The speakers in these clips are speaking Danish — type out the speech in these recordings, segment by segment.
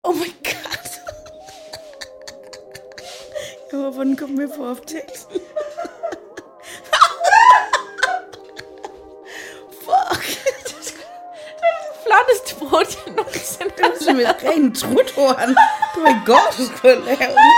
Oh my god. Jeg håber, den kom med på optagelsen. Fuck. Det er det flotteste brud, jeg nogensinde Det var som et rent truthorn. Det var i går, du skulle lave den.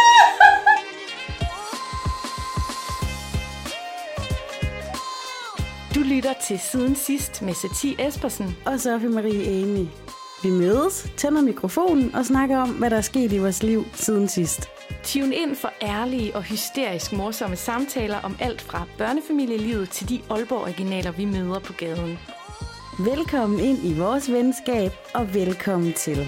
Du lytter til Siden Sidst med Satie Espersen. Og Sofie Marie Amy. Vi mødes, tænder mikrofonen og snakker om, hvad der er sket i vores liv siden sidst. Tune ind for ærlige og hysterisk morsomme samtaler om alt fra børnefamilielivet til de Aalborg-originaler, vi møder på gaden. Velkommen ind i vores venskab, og velkommen til.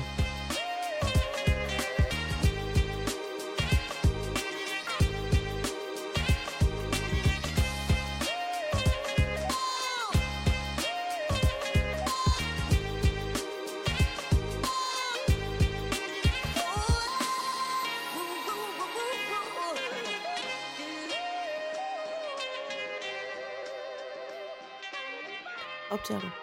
Optager du?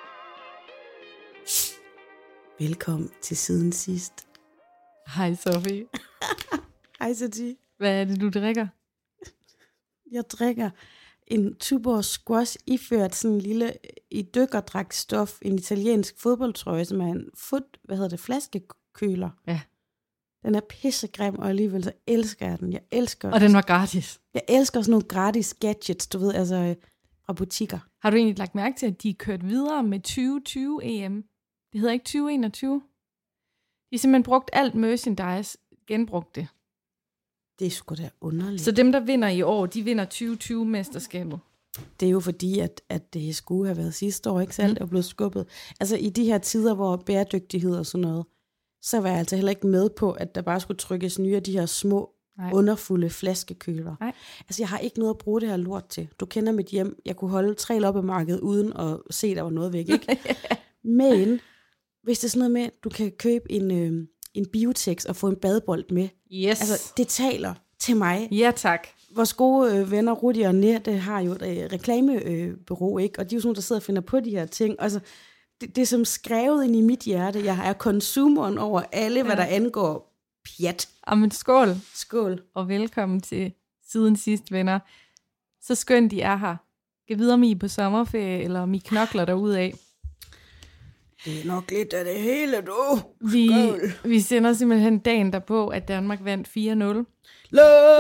Velkommen til Siden Sidst. Hej Sofie. Hej Satie. Hvad er det, du drikker? Jeg drikker en Tuborg Squash iført sådan en lille i dykkerdragtstof, en italiensk fodboldtrøje, som er en flaskekøler. Ja. Den er pissegrim, og alligevel så elsker jeg den. Jeg elsker. Og den var gratis. Jeg elsker sådan nogle gratis gadgets, du ved, altså fra butikker. Har du egentlig lagt mærke til, at de er kørt videre med 2020 EM? Det hedder ikke 2021. De har simpelthen brugt alt merchandise, genbrugt det. Det er sgu da underligt. Så dem, der vinder i år, de vinder 2020-mesterskabet. Det er jo fordi, at det skulle have været sidste år, ikke sandt, og blevet skubbet. Altså i de her tider, hvor bæredygtighed og sådan noget, så var jeg altså heller ikke med på, at der bare skulle trykkes nye af de her små, underfulde flaskekøler. Nej. Altså jeg har ikke noget at bruge det her lort til. Du kender mit hjem. Jeg kunne holde 3 loppemarked uden at se, at der var noget væk, ikke? Men hvis det er sådan noget med, du kan købe en Biotex og få en badebold med. Yes. Altså det taler til mig. Ja, tak. Vores gode venner Rudi og Nette har jo et reklamebureau, ikke? Og de er jo sådan, der sidder og finder på de her ting. Altså, det er som skrevet ind i mit hjerte. Jeg er konsumeren over alle, hvad der angår pjat. Jamen, skål. Skål. Og velkommen til Siden Sidst, venner. Så skønt, de er her. Kan videre med I på sommerferie, eller mi knokler derudad. Det er nok lidt af det hele, du. Vi sender simpelthen dagen derpå, at Danmark vandt 4-0.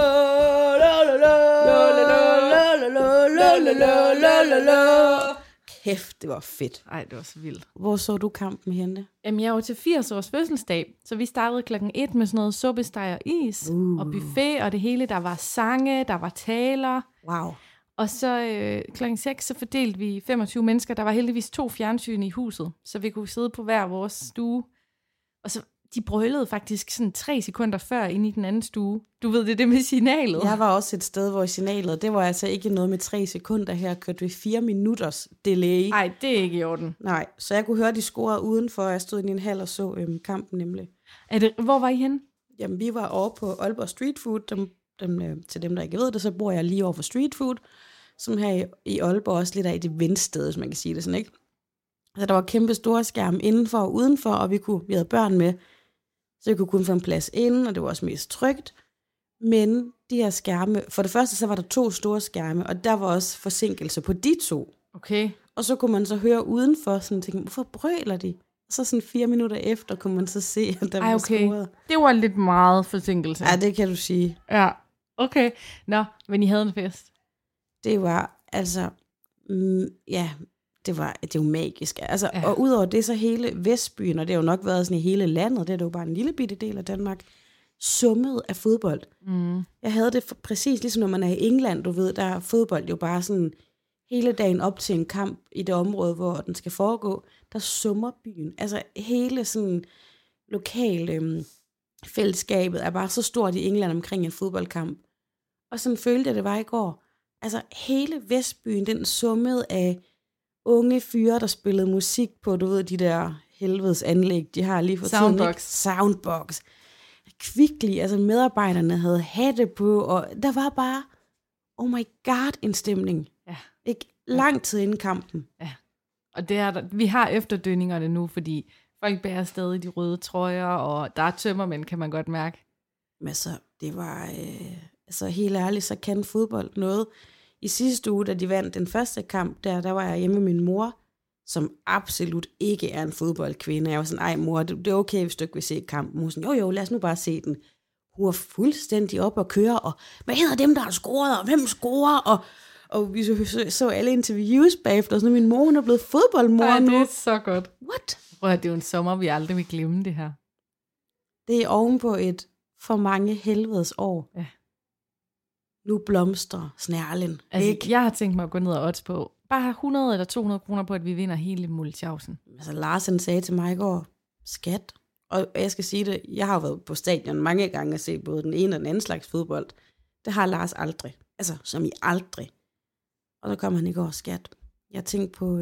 Kæft, det var fedt. Ej, det var så vildt. Hvor så du kampen henne? Jamen, jeg var til 80 års fødselsdag, så vi startede 1:00 med sådan noget suppesteg og is, og buffet, og det hele. Der var sange, der var taler. Wow. Og så 6:00, så fordelte vi 25 mennesker. Der var heldigvis 2 fjernsyn i huset, så vi kunne sidde på hver vores stue. Og så de brølede faktisk sådan 3 sekunder før inde i den anden stue. Du ved, det med signalet. Jeg var også et sted, hvor signalet, det var altså ikke noget med 3 sekunder. Her kørte vi 4 minutters delay. Nej, det er ikke i orden. Nej, så jeg kunne høre, de scorede udenfor, og jeg stod i en hal og så kampen nemlig. Hvor var I henne? Jamen, vi var over på Aalborg Street Food. Til dem, der ikke ved det, så bor jeg lige over for Street Food, som her i Aalborg også lidt af det vendsted, som man kan sige det sådan, ikke? Så der var kæmpe store skærme indenfor og udenfor, og vi havde børn med, så vi kunne kun få en plads inde, og det var også mest trygt. Men de her skærme, for det første, så var der 2 store skærme, og der var også forsinkelse på de 2. Okay. Og så kunne man så høre udenfor, sådan tænke, hvorfor brøler de? Og så sådan 4 minutter efter, kunne man så se, at der var scoret. Det var lidt meget forsinkelse. Ja, det kan du sige. Ja, okay. Nå, men I havde en fest. Det var, altså, det er jo magisk. Altså, ja. Og udover det, så hele Vestbyen, og det har jo nok været sådan i hele landet, det er jo bare en lille bitte del af Danmark, summet af fodbold. Mm. Jeg havde det præcis ligesom når man er i England, du ved, der er fodbold jo bare sådan hele dagen op til en kamp i det område, hvor den skal foregå, der summer byen. Altså hele sådan lokale fællesskabet er bare så stort i England omkring en fodboldkamp. Og sådan følte jeg, det var i går. Altså hele Vestbyen, den summede af unge fyre, der spillede musik på, du ved, de der helvedes anlæg, de har lige for Soundbox. tiden. Soundbox. Kvickly, altså medarbejderne havde hatte på, og der var bare, oh my god, en stemning. Ja. Ikke lang tid inden kampen. Ja. Og det er der, vi har efterdønningerne nu, fordi Folk bærer stadig de røde trøjer, og der er tømmermænd, kan man godt mærke. Men altså, det var... altså, helt ærligt, så kan fodbold noget. I sidste uge, da de vandt den første kamp, der var jeg hjemme med min mor, som absolut ikke er en fodboldkvinde. Jeg var sådan, ej mor, det er okay, hvis du ikke vil se kampen. Hun var sådan, jo, lad os nu bare se den. Hun var fuldstændig op og køre, og hvad hedder dem, der har scoret, og hvem scorer, og vi så alle interviews bagefter, og sådan, min mor, hun er blevet fodboldmor nu. Det er så godt. What? Det er jo en sommer, vi aldrig vil glemme det her. Det er ovenpå et for mange helvedes år. Ja. Nu blomstrer snærlen. Altså, ikke? jeg har tænkt mig at gå ned og odds på bare 100 eller 200 kroner på, at vi vinder hele Multichausen. Altså, Larsen sagde til mig i går, skat. Og jeg skal sige det, jeg har jo været på stadion mange gange og set både den ene og den anden slags fodbold. Det har Lars aldrig. Altså, som i aldrig. Og så kom han i går, skat. Jeg tænkte på,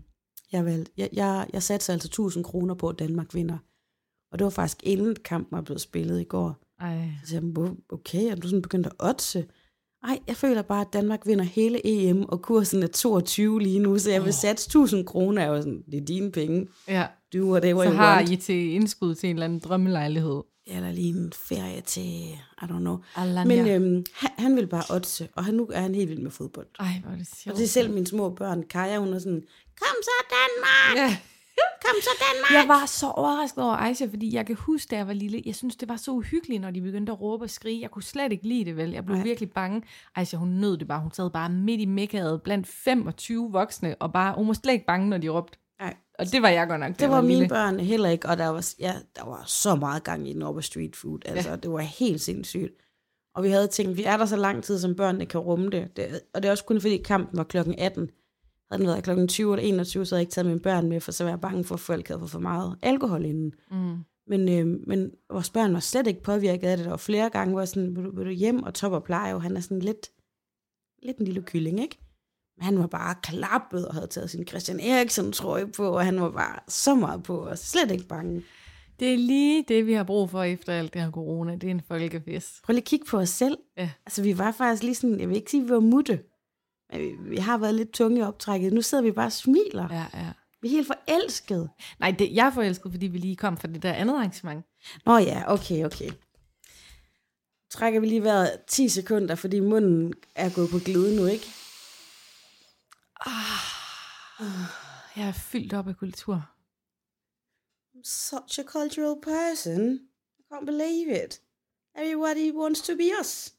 jeg satte altså 1.000 kroner på, at Danmark vinder. Og det var faktisk inden kampen var blevet spillet i går. Ej. Så sagde jeg, okay, er du sådan begyndt at oddse? Ej, jeg føler bare, at Danmark vinder hele EM, og kursen er 22 lige nu, så jeg vil sætte 1.000 kroner, er jo sådan, det er dine penge. Ja. Do whatever så you har want. I til indskud til en eller anden drømmelejlighed. Eller lige en ferie til, I don't know. Alanya. Men han vil bare oddse, og nu er han helt vild med fodbold. Ej, hvor er det sjovt. Og det er selv mine små børn, Kaja, hun er sådan, kom så Danmark! Ja. Kom så Danmark! Jeg var så overrasket over Aisha, fordi jeg kan huske, da jeg var lille, jeg synes, det var så uhyggeligt, når de begyndte at råbe og skrige. Jeg kunne slet ikke lide det, vel? Jeg blev virkelig bange. Aisha, hun nød det bare. Hun sad bare midt i mekkaet blandt 25 voksne, og bare, hun var slet ikke bange, når de råbte. Nej. Og det var jeg godt nok. Det var mine børn heller ikke, og der var så meget gang i den oppe street food. Altså, det var helt sindssygt. Og vi havde tænkt, vi er der så lang tid, som børnene kan rumme det. Og det er også kun fordi kampen var klokken 18. Havde den været klokken 20 eller 21, så havde jeg ikke taget mine børn med, for så var jeg bange for, at folk havde fået for meget alkohol inden. Men vores børn var slet ikke påvirket af det. Der var flere gange, hvor jeg sådan, vil du hjem, og Top og Pleje, jo, han er sådan lidt en lille kylling, ikke? Men han var bare klappet og havde taget sin Christian Eriksen trøje på, og han var bare så meget på, og slet ikke bange. Det er lige det, vi har brug for efter alt det her corona. Det er en folkefest. Prøv lige at kigge på os selv. Ja. Altså, vi var faktisk lige sådan, jeg vil ikke sige, at vi var mutte, men vi har været lidt tunge i optrækket. Nu sidder vi bare og smiler. Ja. Vi er helt forelskede. Nej, jeg er forelsket, fordi vi lige kom fra det der andet arrangement. Nå ja, okay. Trækker vi lige vejret 10 sekunder, fordi munden er gået på glide nu, ikke? Jeg er fyldt op af kultur. I'm such a cultural person. I can't believe it. Everybody wants to be us.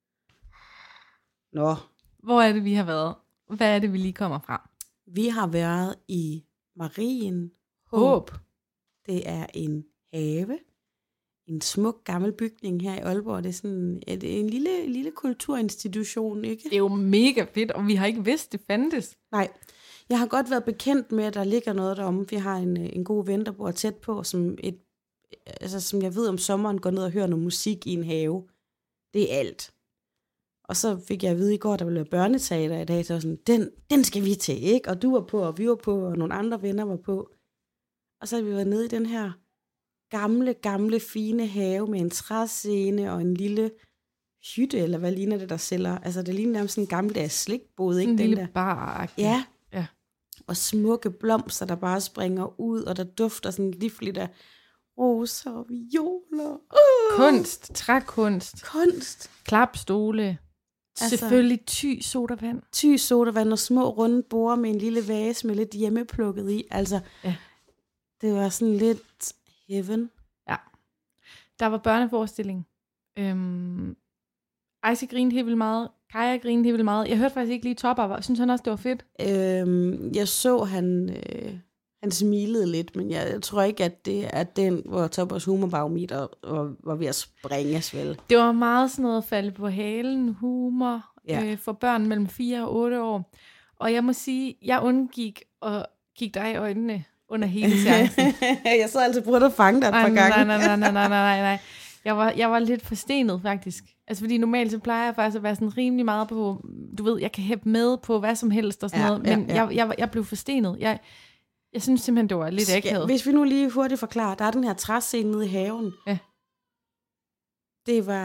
Nå. Hvor er det, vi har været? Hvad er det, vi lige kommer fra? Vi har været i Marien Håb. Det er en have. En smuk gammel bygning her i Aalborg. Det er sådan en lille kulturinstitution, ikke? Det er jo mega fedt, og vi har ikke vidst, det fandtes. Nej. Jeg har godt været bekendt med, at der ligger noget deromme. Vi har en god ven, der bor tæt på, som jeg ved om sommeren går ned og hører noget musik i en have. Det er alt. Og så fik jeg at vide i går, der ville være børneteater i dag, så sådan, den skal vi til, ikke? Og du var på, og vi var på, og nogle andre venner var på. Og så har vi været nede i den her gamle, fine have med en træscene og en lille hytte, eller hvad ligner det, der sælger? Altså, det ligner nærmest sådan en gammeldags slikbod, ikke? En den lille der bar. Ja. Og smukke blomster, der bare springer ud, og der dufter sådan livligt af roser og violer. Kunst, trækunst. Kunst. Klapstole. Altså, selvfølgelig sodavand. Sodavand og små runde borde med en lille vase med lidt hjemmeplukket i. Altså, det var sådan lidt heaven. Ja. Der var børneforestilling. Ejse grinede helt vildt meget. Kaja grinede helt vildt meget. Jeg hørte faktisk ikke lige Top op. Synes han også, det var fedt? Jeg så, han smilede lidt, men jeg tror ikke, at det er den, hvor Toppers humorbarometer var ved at sprænges, vel? Det var meget sådan noget falde på halen, humor for børn mellem 4 og 8 år. Og jeg må sige, jeg undgik at kigge dig i øjnene under hele seancen. Jeg så altid prøvet at fange dig et par gange. Nej. Jeg var lidt forstenet, faktisk. Altså, fordi normalt så plejer jeg faktisk at være sådan rimelig meget på, du ved, jeg kan hæppe med på hvad som helst og sådan noget, men jeg blev forstenet. Jeg synes simpelthen, det var lidt akavet. Hvis vi nu lige hurtigt forklarer, der er den her træscene nede i haven. Ja. Det var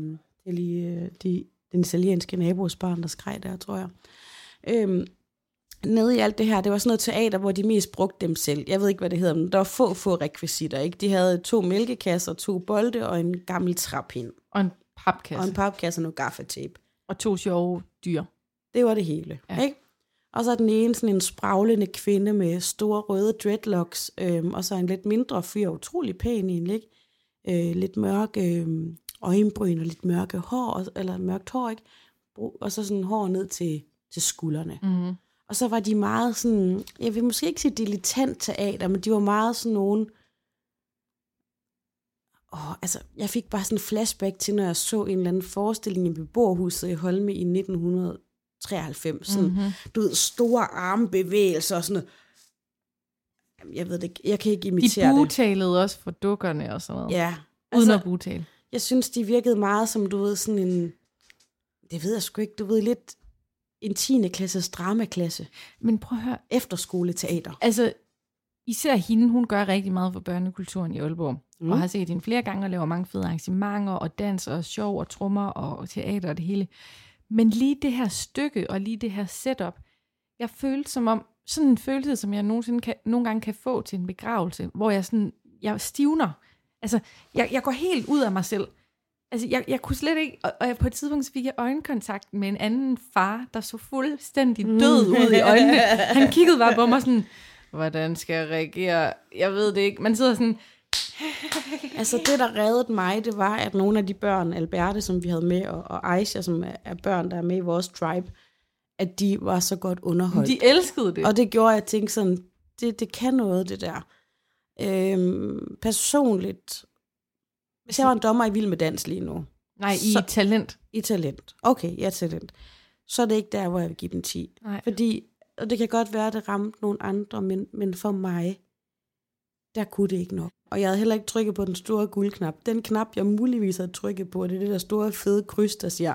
den italienske nabos barn, der skreg der, tror jeg. nede i alt det her, det var sådan noget teater, hvor de mest brugte dem selv. Jeg ved ikke, hvad det hedder, men der var få rekvisitter, ikke? De havde 2 mælkekasser, 2 bolde og en gammel træpind. Og en papkasse. Og en papkasse og noget gaffatape. Og 2 sjove dyr. Det var det hele, ikke? Og så er den ene sådan en spraglende kvinde med store røde dreadlocks, og så en lidt mindre fyr, utrolig pæn egentlig, ikke? Lidt mørke øjenbryn og lidt mørke hår, eller mørkt hår, ikke? Og så sådan hår ned til skuldrene. Mm-hmm. Og så var de meget sådan, jeg vil måske ikke sige dilettant teater, men de var meget sådan nogen, altså jeg fik bare sådan en flashback til, når jeg så en eller anden forestilling i beboerhuset i Holme i 1993. Sådan, du ved, store armbevægelser og sådan noget. Jeg ved det ikke, jeg kan ikke imitere det. De butalede også for dukkerne og sådan noget. Ja. Uden at butale. Jeg synes, de virkede meget som, du ved, sådan en, det ved jeg sgu ikke, du ved, lidt en 10. klasses dramaklasse. Men prøv at høre. Efterskoleteater. Altså, især hende, hun gør rigtig meget for børnekulturen i Aalborg. Og har set hende flere gange og laver mange fede arrangementer, og dans og sjov og trommer og teater og det hele. Men lige det her stykke, og lige det her setup, jeg følte som om, sådan en følelse, som jeg nogle gange kan få til en begravelse, hvor jeg stivner. Altså, jeg går helt ud af mig selv. Altså, jeg kunne slet ikke, og jeg på et tidspunkt så fik jeg øjenkontakt med en anden far, der så fuldstændig død ud i øjnene. Han kiggede bare på mig sådan, hvordan skal jeg reagere? Jeg ved det ikke. Man sidder sådan... Altså, det, der reddede mig, det var, at nogle af de børn, Alberte, som vi havde med, og Aisha, som er børn, der er med i vores tribe, at de var så godt underholdt. De elskede det. Og det gjorde, at jeg tænkte sådan, det kan noget, det der. Personligt, hvis jeg var en dommer i Vild med Dans lige nu. Nej, Talent. I Talent. Okay, ja, Talent. Så er det ikke der, hvor jeg vil give dem 10. Nej. Fordi, og det kan godt være, at det ramte nogle andre, men for mig, der kunne det ikke nok. Og jeg havde heller ikke trykket på den store guldknap. Den knap, jeg muligvis havde trykket på, det er det der store fede kryds, der siger...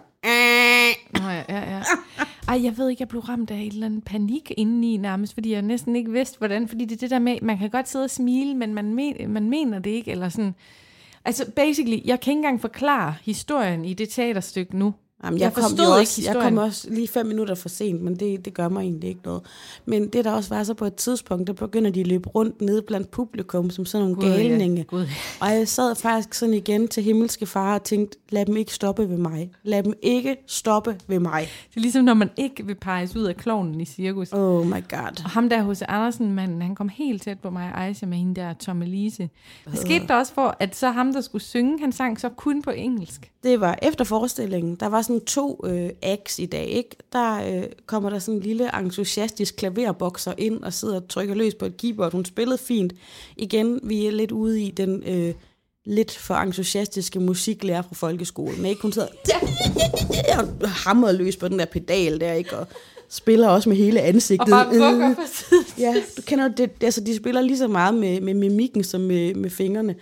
Ja. Ej, jeg ved ikke, jeg blev ramt af et eller andet panik indeni nærmest, fordi jeg næsten ikke vidste, hvordan. Fordi det er det der med, man kan godt sidde og smile, men man mener det ikke, eller sådan... Altså, basically, jeg kan ikke engang forklare historien i det teaterstykke nu. Jamen, jeg kom også lige 5 minutter for sent, men det gør mig egentlig ikke noget. Men det der også var så på et tidspunkt, der begynder de at løbe rundt nede blandt publikum, som sådan nogle galninge. Ja. Og jeg sad faktisk sådan igen til himmelske far og tænkte, lad dem ikke stoppe ved mig. Lad dem ikke stoppe ved mig. Det er ligesom, når man ikke vil peges ud af klovnen i cirkus. Oh my god. Og ham der H.C. Andersen, manden, han kom helt tæt på mig og Aisha med hende der Tom Elise. Det skete der også for, at så ham, der skulle synge, han sang så kun på engelsk. Det var efter forestillingen. Der var sådan 2 acts i dag, ikke? Der kommer der sådan en lille entusiastisk klaverbokser ind og sidder og trykker løs på et keyboard. Hun spillede fint. Igen, vi er lidt ude i den lidt for entusiastiske musiklærer fra folkeskolen, ikke? Hun sidder og hamrer løs på den der pedal der, ikke? Og spiller også med hele ansigtet. Og bare bukker for siden. Ja, du kender det. Altså, de spiller lige så meget med mimikken som med fingrene.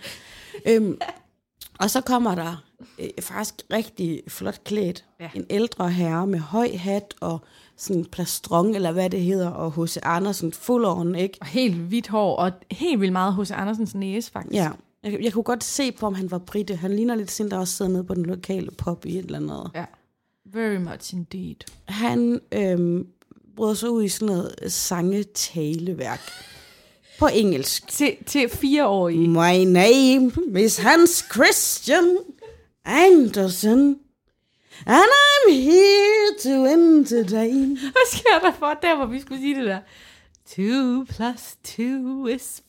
Og så kommer der faktisk rigtig flot klædt. Ja. En ældre herre med høj hat og sådan plastron, eller hvad det hedder, og H.C. Andersen full on, ikke? Og helt hvidt hår, og helt vildt meget H.C. Andersens næse, faktisk. Ja, jeg kunne godt se på, om han var brite. Han ligner lidt sådan, der også sidder nede på den lokale pub i et eller andet. Ja, very much indeed. Han bryder sig ud i sådan noget sangetaleværk. På engelsk. Til 4-årige. My name is Hans Christian Andersen, and I'm here to entertain. Hvad sker der for, der hvor vi skulle sige det der? 2 + 2 is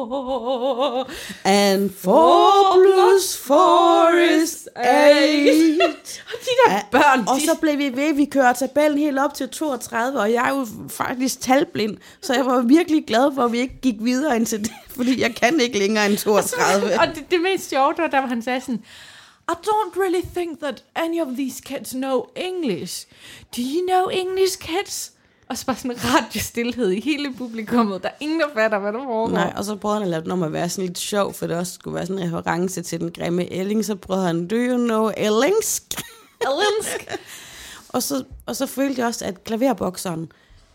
4. And 4 + 4 is 8. Og de der børn, og så blev vi ved, vi kører tabellen helt op til 32, og jeg er jo faktisk talblind, så jeg var virkelig glad for, at vi ikke gik videre ind til det, fordi jeg kan ikke længere end 32. Og det mest sjove var, der var han sagde sådan, I don't really think that any of these kids know English. Do you know English, kids? Og så bare sådan en radiostilhed i hele publikummet. Der er ingen, der fatter, hvad der foregår. Nej, og så prøvede han at lave det om at være sådan lidt sjov, for det også skulle være sådan en reference til den grimme Elling. Så prøvede han, do you know Ellingsk? Ellingsk. og så følte jeg også, at klaverbokseren,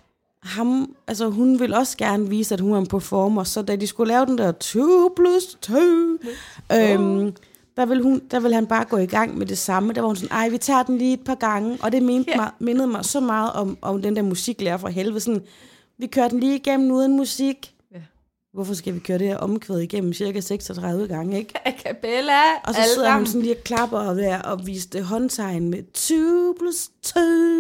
hun ville også gerne vise, at hun var en performer. Så da de skulle lave den der 2 + 2, der vil han bare gå i gang med det samme. Der var hun sådan, vi tager den lige et par gange. Og det mindede mig så meget om den der musiklærer fra helvede. Sådan, vi kører den lige igennem uden musik. Ja. Hvorfor skal vi køre det her omkvæd igennem cirka 36 gange, ikke? A cappella. Og så sidder han sådan lige og klapper og viste håndtegn med 2 + 2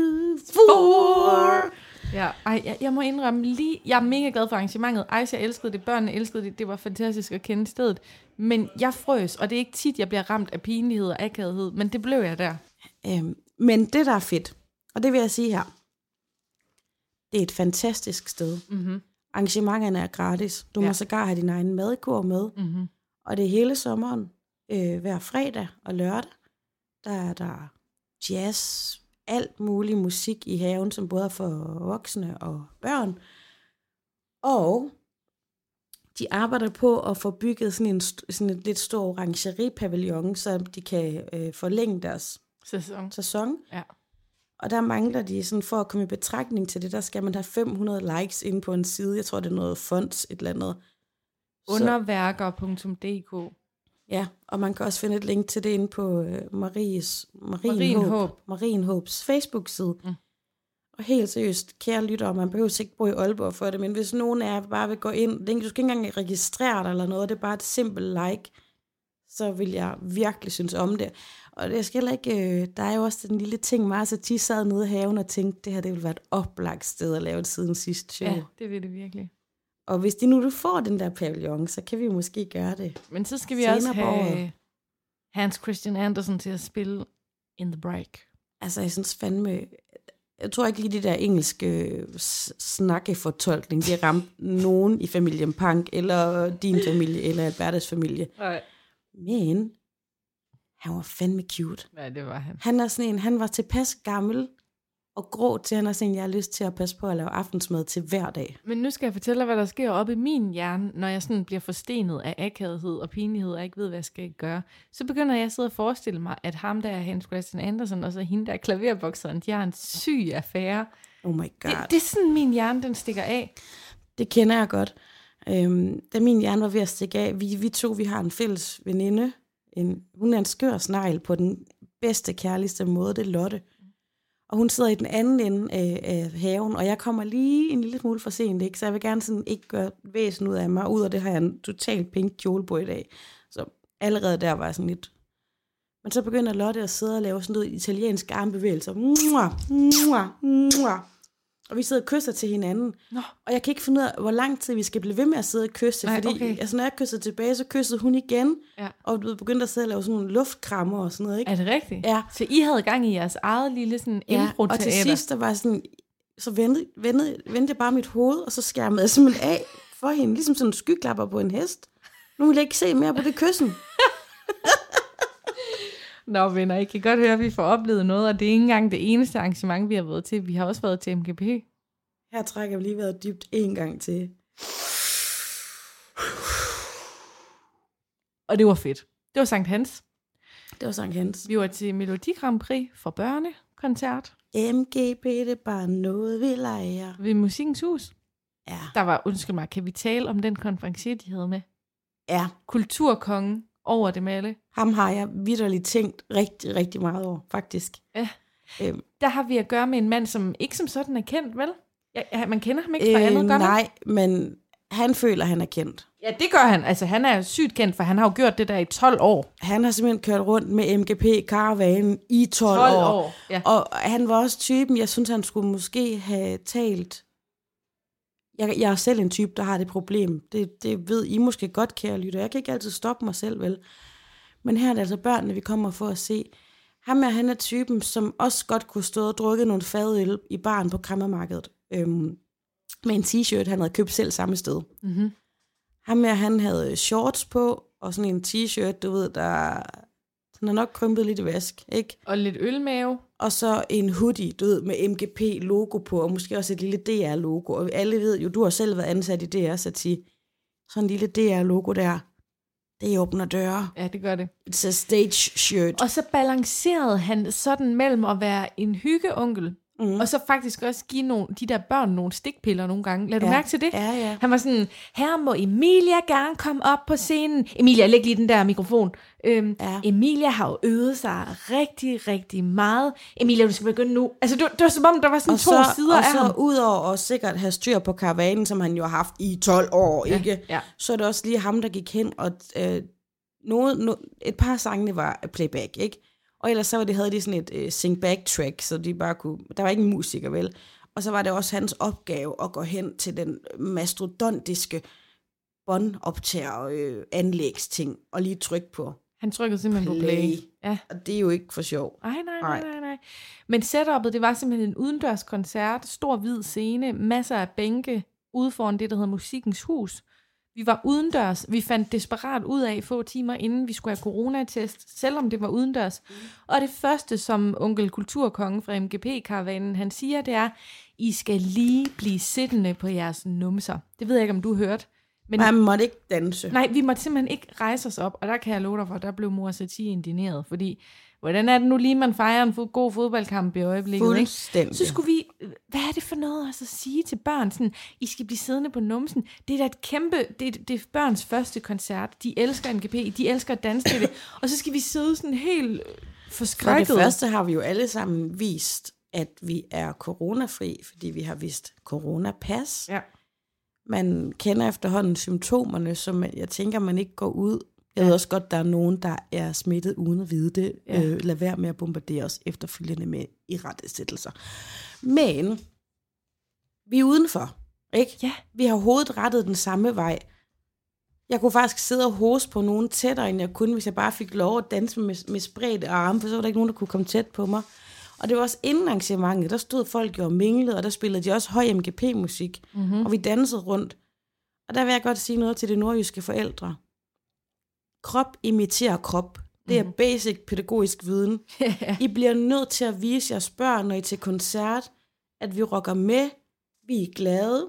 4. Ja, jeg må indrømme lige, jeg er mega glad for arrangementet. Jeg elskede det, børnene elskede det, det var fantastisk at kende stedet. Men jeg frøs, og det er ikke tit, jeg bliver ramt af pinlighed og akavighed, men det blev jeg der. Men det, der er fedt, og det vil jeg sige her, det er et fantastisk sted. Mm-hmm. Arrangementerne er gratis. Du må sågar have din egen madkurv med. Mm-hmm. Og det er hele sommeren, hver fredag og lørdag. Der er der jazz, alt mulig musik i haven, som både er for voksne og børn. Og de arbejder på at få bygget sådan en lidt stor orangeripavillon, så de kan forlænge deres sæson. Ja. Og der mangler de, sådan for at komme i betragtning til det, der skal man have 500 likes inde på en side. Jeg tror, det er noget fonds, et eller andet. Underværker.dk. Ja, og man kan også finde et link til det inde på Marienhåbs Facebook-side. Mm. Og helt seriøst, kære lyttere, man behøver ikke bo i Aalborg for det, men hvis nogen af jer bare vil gå ind, du skal ikke engang registrere dig eller noget, det er bare et simpelt like, så vil jeg virkelig synes om det. Og det skal ikke, der er jo også den lille ting, Marcia, de sad nede i haven og tænkte, det her det ville være et oplagt sted at lave det siden sidste show. Ja, det vil det virkelig. Og hvis de nu får den der pavillon, så kan vi måske gøre det. Men så skal vi også have Hans Christian Andersen til at spille In the Break. Altså, jeg synes fandme, jeg tror ikke lige det der engelske snakkefortolkning, det ramte nogen i familien Punk, eller din familie, eller Albertas familie. Nej. Men han var fandme cute. Ja, det var han. Han er sådan en, han var tilpas gammel og grå til, han er sådan en, jeg har lyst til at passe på at lave aftensmad til hver dag. Men nu skal jeg fortælle dig, hvad der sker oppe i min hjerne, når jeg sådan bliver forstenet af akavighed og pinlighed, og ikke ved, hvad jeg skal gøre. Så begynder jeg at sidde og forestille mig, at ham der er Hans Christian Andersen, og så hende der klaverbokseren, de har en syg affære. Oh my god. Det er sådan, min hjerne, den stikker af. Det kender jeg godt. Da min hjerne var ved at stikke af, vi har en fælles veninde. Hun er en skør snegl på den bedste, kærligste måde, det er Lotte. Og hun sidder i den anden ende af haven, og jeg kommer lige en lille smule for sent, ikke? Så jeg vil gerne sådan ikke gøre væsen ud af mig, ud af det har jeg en totalt pink kjole på i dag. Så allerede der var jeg sådan lidt. Men så begynder Lotte at sidde og lave sådan noget italiensk armbevægelser. Og vi sidder og kysser til hinanden. Nå. Og jeg kan ikke finde ud af, hvor lang tid vi skal blive ved med at sidde og kysse. Nej, fordi altså, når jeg kyssede tilbage, så kyssede hun igen. Ja. Og du begyndte at sidde og lave sådan nogle luftkrammer og sådan noget. Ikke? Er det rigtigt? Ja. Så I havde gang i jeres eget lille sådan impro-teater. Og til sidst, der var sådan, så vendte jeg bare mit hoved, og så skærmede jeg simpelthen af for hende. Ligesom sådan en skyklapper på en hest. Nu vil jeg ikke se mere på det kyssen. Nå venner, I kan godt høre, at vi får oplevet noget, og det er ikke engang det eneste arrangement, vi har været til. Vi har også været til MGP. Her trækker vi lige været dybt en gang til. Og det var fedt. Det var Sankt Hans. Det var Sankt Hans. Vi var til Melodi Grand Prix for børnekoncert. MGP, det er bare noget, vi leger. Ved Musikkens Hus. Ja. Der var, undskyld mig, kan vi tale om den konferencier, de havde med? Ja. Kulturkongen over det alle. Ham har jeg vitterligt tænkt rigtig, rigtig meget over, faktisk. Ja. Der har vi at gøre med en mand, som ikke som sådan er kendt, vel? Ja, man kender ham ikke fra andet, gør nej, men han føler, han er kendt. Ja, det gør han. Altså, han er sygt kendt, for han har jo gjort det der i 12 år. Han har simpelthen kørt rundt med MGP-karavanen i 12 år. Ja. Og han var også typen, jeg synes, han skulle måske have talt. Jeg er selv en type, der har det problem. Det ved I måske godt, kære lytter. Jeg kan ikke altid stoppe mig selv, vel? Men her er det altså børnene, vi kommer for at se. Han er typen, som også godt kunne stå og drukke nogle fadøl i baren på Kræmmermarkedet. Med en t-shirt, han havde købt selv samme sted. Mm-hmm. Han havde shorts på, og sådan en t-shirt, du ved, den er nok krympet lidt i vask, ikke? Og lidt ølmave. Og så en hoodie, du ved, med MGP-logo på, og måske også et lille DR-logo. Og alle ved jo, du har selv været ansat i DR, så sådan en lille DR-logo der, det åbner døre. Ja, det gør det. It's a stage shirt. Og så balancerede han sådan mellem at være en hyggeonkel, og så faktisk også give de der børn nogle stikpiller nogle gange. Lad du mærke til det? Ja. Han var sådan, her må Emilia gerne komme op på scenen. Emilia, læg lige den der mikrofon. Emilia har jo øvet sig rigtig, rigtig meget. Emilia, du skal begynde nu. Altså, det var som om, der var sådan sider af ham. Og så udover at sikkert have styr på karavanen, som han jo har haft i 12 år, ikke? Ja. Så er det også lige ham, der gik hen, og et par sangene var playback, ikke? Og ellers så havde de sådan et sing-back-track, så de bare kunne... Der var ikke en musiker, vel? Og så var det også hans opgave at gå hen til den mastodontiske båndoptager anlægsting og lige trykke på. Han trykkede simpelthen på play. Ja. Og det er jo ikke for sjov. Nej. Men setupet, det var simpelthen en udendørs koncert, stor hvid scene, masser af bænke ude foran det, der hedder Musikkens Hus. Vi var udendørs. Vi fandt desperat ud af få timer inden vi skulle have coronatest, selvom det var udendørs. Og det første, som onkel Kulturkongen fra MGP-karavanen, han siger, det er, I skal lige blive siddende på jeres numser. Det ved jeg ikke, om du hørte. Men man måtte ikke danse. Nej, vi måtte simpelthen ikke rejse os op, og der kan jeg love dig for, der blev mor Satie indigneret, fordi hvordan er det nu lige, man fejrer en god fodboldkamp i øjeblikket? Fuldstændig. Ikke? Så skulle vi, hvad er det for noget altså, at sige til børn, sådan, I skal blive siddende på numsen. Det er da et kæmpe, det er børns første koncert. De elsker NGP, de elsker at danse til det, og så skal vi sidde sådan helt forskrækket. For det første har vi jo alle sammen vist, at vi er coronafri, fordi vi har vist coronapas. Ja. Man kender efterhånden symptomerne, så jeg tænker, man ikke går ud. Jeg ved også godt, der er nogen, der er smittet uden at vide det. Ja. Lad være med at bombardere os efterfølgende med irettesættelser. Men vi er udenfor, ikke? Ja. Vi har hovedet rettet den samme vej. Jeg kunne faktisk sidde og hoste på nogen tættere, end jeg kunne, hvis jeg bare fik lov at danse med spredte arme, for så var der ikke nogen, der kunne komme tæt på mig. Og det var også inden arrangementet, der stod folk jo og minglede, og der spillede de også høj MGP-musik, og vi dansede rundt. Og der vil jeg godt sige noget til de nordjyske forældre. Krop imiterer krop. Det er basic pædagogisk viden. I bliver nødt til at vise jeres børn, når I er til koncert, at vi rocker med, vi er glade.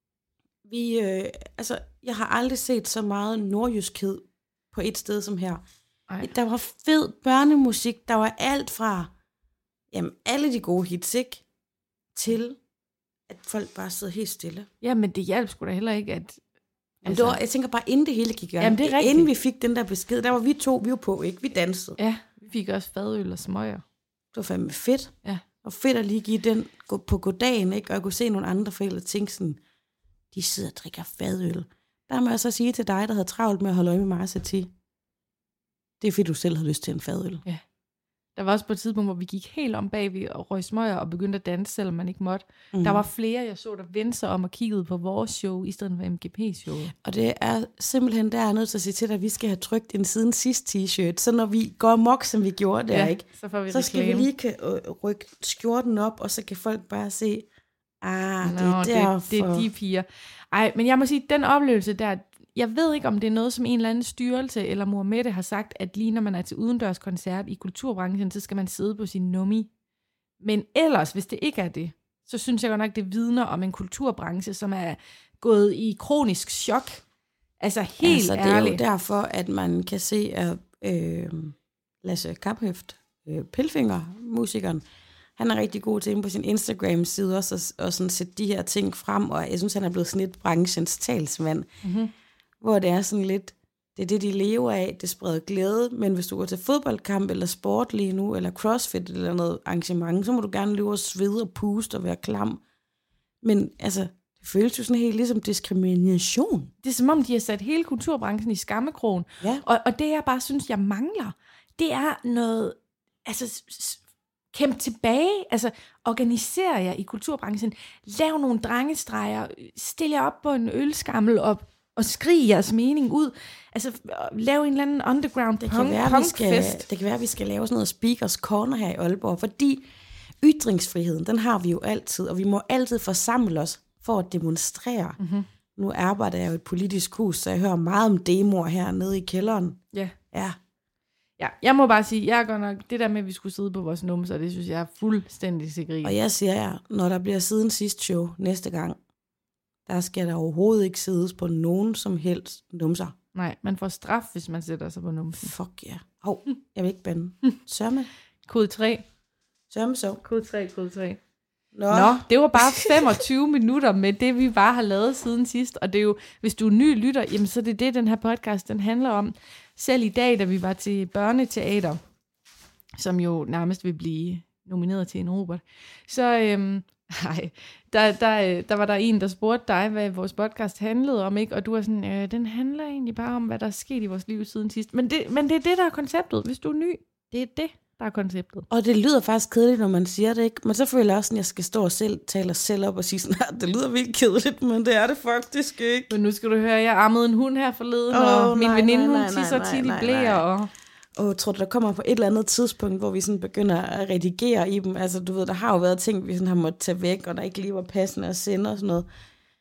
Jeg har aldrig set så meget nordjyskhed på et sted som her. Ej. Der var fed børnemusik, der var alt fra alle de gode hits, ikke? Til at folk bare sidder helt stille. Ja, men det hjalp sgu da heller ikke, at... Altså, jeg tænker bare, inden det hele gik i gang. Inden vi fik den der besked, der var vi var på, ikke? Vi dansede. Ja, vi fik også fadøl og smøger. Det var fandme fedt. Ja. Og fedt at lige give den på goddagen, ikke? Og jeg kunne se nogle andre forældre tænke sådan, de sidder og drikker fadøl. Der må jeg så sige til dig, der havde travlt med at holde øje med Mara Satie. Det er fordi, du selv havde lyst til en fadøl. Ja. Der var også på et tidspunkt, hvor vi gik helt om bagved og røg smøger og begyndte at danse, selvom man ikke måtte. Der var flere, jeg så, der vendte sig om og kiggede på vores show, i stedet for MGP-show. Og det er simpelthen, der er nødt til at sige til dig, at vi skal have trykt en siden sidst t-shirt. Så når vi går amok, som vi gjorde der, ikke? Så skal vi lige rykke skjorten op, og så kan folk bare se, det er derfor. Det er de piger. Ej, men jeg må sige, den oplevelse der, jeg ved ikke, om det er noget, som en eller anden styrelse eller mor Mette har sagt, at lige når man er til udendørs koncert i kulturbranchen, så skal man sidde på sin nummi. Men ellers, hvis det ikke er det, så synes jeg godt nok, det vidner om en kulturbranche, som er gået i kronisk chok. Altså helt ærligt. Det er jo derfor, at man kan se, at Lasse Kaphøft, Pilfinger-musikeren, han er rigtig god til inde på sin Instagram-side også at sådan sætte de her ting frem, og jeg synes, han er blevet sådan lidt branchens talsmand. Hvor det er sådan lidt, det er det, de lever af, det spreder glæde, men hvis du går til fodboldkamp eller sport lige nu, eller crossfit eller noget arrangement, så må du gerne løbe og svede og puste og være klam. Men altså, det føles jo sådan helt ligesom diskrimination. Det er som om, de har sat hele kulturbranchen i skammekrogen. Ja. Og det, jeg bare synes, jeg mangler, det er noget, altså kæmpe tilbage, altså organiser jer i kulturbranchen, lav nogle drengestreger, stil jer op på en ølskammel og skrig jeres mening ud. Altså, lav en eller anden underground punkfest. Det kan være, at vi skal lave sådan noget speakers corner her i Aalborg, fordi ytringsfriheden, den har vi jo altid, og vi må altid forsamle os for at demonstrere. Nu arbejder jeg jo i et politisk hus, så jeg hører meget om demoer hernede i kælderen. Ja. Ja, jeg må bare sige, jeg går nok, det der med, at vi skulle sidde på vores numser, det synes jeg er fuldstændig sikkert. Og jeg siger jer, når der bliver siden sidste show næste gang, der skal der overhovedet ikke siddes på nogen som helst numser. Nej, man får straf, hvis man sætter sig på numsen. Fuck ja. Hov, jeg vil ikke bande. Sørme. Kode 3. Sørme så. Kode 3. Nå, det var bare 25 minutter med det, vi bare har lavet siden sidst. Og det er jo, hvis du er ny lytter, jamen så er det, den her podcast, den handler om. Selv i dag, da vi var til børneteater, som jo nærmest vil blive nomineret til en Robert, så der var der en, der spurgte dig, hvad vores podcast handlede om, ikke? Og du var sådan, den handler egentlig bare om, hvad der er sket i vores liv siden sidst. Men det er det, der er konceptet. Hvis du er ny, det er det, der er konceptet. Og det lyder faktisk kedeligt, når man siger det, ikke? Men så føler jeg også, at jeg skal stå og tale os selv op og sige sådan, det lyder vildt kedeligt, men det er det faktisk ikke. Men nu skal du høre, jeg ammede en hund her forleden, og min veninde, hun tisser tit i blæer, og tror du, der kommer på et eller andet tidspunkt, hvor vi sådan begynder at redigere i dem? Altså, du ved, der har jo været ting, vi sådan har måttet tage væk, og der ikke lige var passende at sende og sådan noget.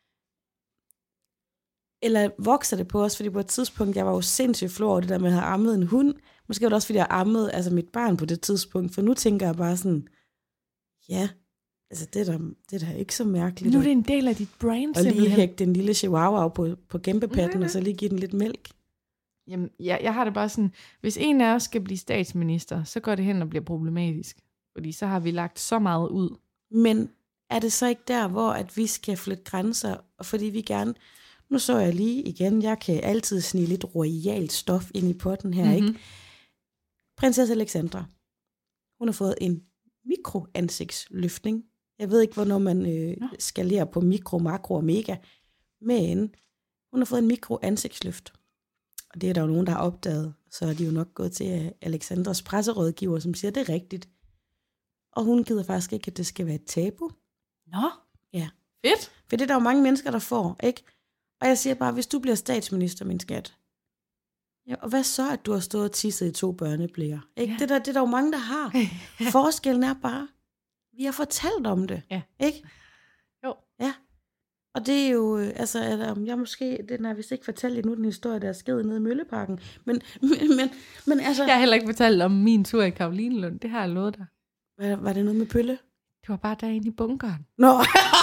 Eller vokser det på os? Fordi på et tidspunkt, jeg var jo sindssygt flov over det der med at have ammet en hund. Måske var det også, fordi jeg ammede mit barn på det tidspunkt. For nu tænker jeg bare sådan, ja, altså det er da ikke så mærkeligt. Nu er det en del af dit brain, simpelthen. Og lige hægte den lille chihuahua på gæmpepatten, og så lige give den lidt mælk. Jamen, jeg har det bare sådan, hvis en af os skal blive statsminister, så går det hen og bliver problematisk. Fordi så har vi lagt så meget ud. Men er det så ikke der, hvor at vi skal flytte grænser, og fordi vi gerne... Nu så jeg lige igen, jeg kan altid snige lidt royalt stof ind i potten her, ikke? Prinsesse Alexandra, hun har fået en mikroansigtsløftning. Jeg ved ikke, hvornår man skalerer på mikro, makro og mega, men hun har fået en mikroansigtsløft. Og det er der jo nogen, der har opdaget. Så er de jo nok gået til Alexandras presserådgiver, som siger, det er rigtigt. Og hun gider faktisk ikke, at det skal være et tabu. Nå, ja. Fedt. For det er der jo mange mennesker, der får, ikke? Og jeg siger bare, hvis du bliver statsminister, min skat, ja, og hvad så, at du har stået og tisset i 2 børneblæer? Ikke? Ja. Det er der jo mange, der har. Forskellen er bare, vi har fortalt om det. Ja. Ikke? Jo. Ja. Og det er jo, altså, jeg måske, den har vist ikke fortalt endnu, den historie, der er sket nede i Mølleparken. Men altså... Jeg har heller ikke fortalt om min tur i Karolinelund, det har jeg lovet dig. Var det noget med pølle? Det var bare derinde i bunkeren. Nå.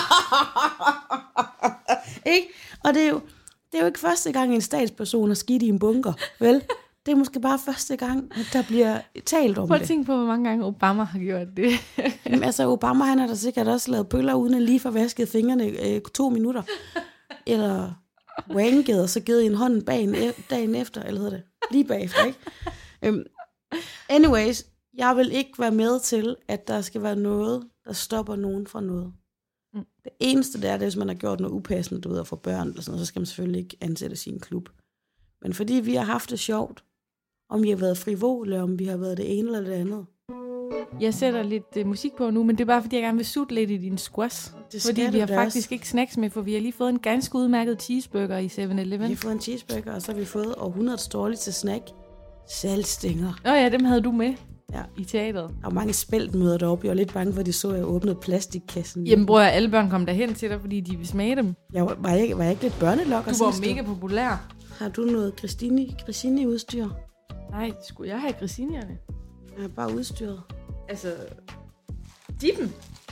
Ikke? Og det er jo ikke første gang, en statsperson har skidt i en bunker, vel? Det er måske bare første gang, at der bliver talt om det. Prøv at tænke på, hvor mange gange Obama har gjort det. Jamen, altså, Obama, han har da sikkert også lavet pøller, uden at lige få vasket fingrene 2 minutter. Eller wanket, og så givet en hånd dagen efter, eller hedder det? Lige bagefter, ikke? Anyways, jeg vil ikke være med til, at der skal være noget, der stopper nogen fra noget. Det eneste, det er, hvis man har gjort noget upassende, du ved, at få børn, eller sådan noget, så skal man selvfølgelig ikke ansættes i en klub. Men fordi vi har haft det sjovt, om vi har været frivole, om vi har været det ene eller det andet. Jeg sætter lidt musik på nu, men det er bare, fordi jeg gerne vil sutte lidt i din squash. Fordi vi har faktisk ikke snacks med, for vi har lige fået en ganske udmærket cheeseburger i 7-Eleven. Vi har fået en cheeseburger, og så har vi fået århundredets dårligste snack. Saltstænger. Ja, dem havde du med. Ja. I teateret. Der var mange spæltmøder deroppe. Jeg var lidt bange for, at de så, at jeg åbnede plastikkassen. Jamen bror, alle børn kom derhen til dig, fordi de ville smage dem. Var jeg ikke lidt børnelokker? Du var mega populær. Har du noget Christine-udstyr? Nej, skulle jeg have Christinierne? Jeg er bare udstyret. Altså, dippen.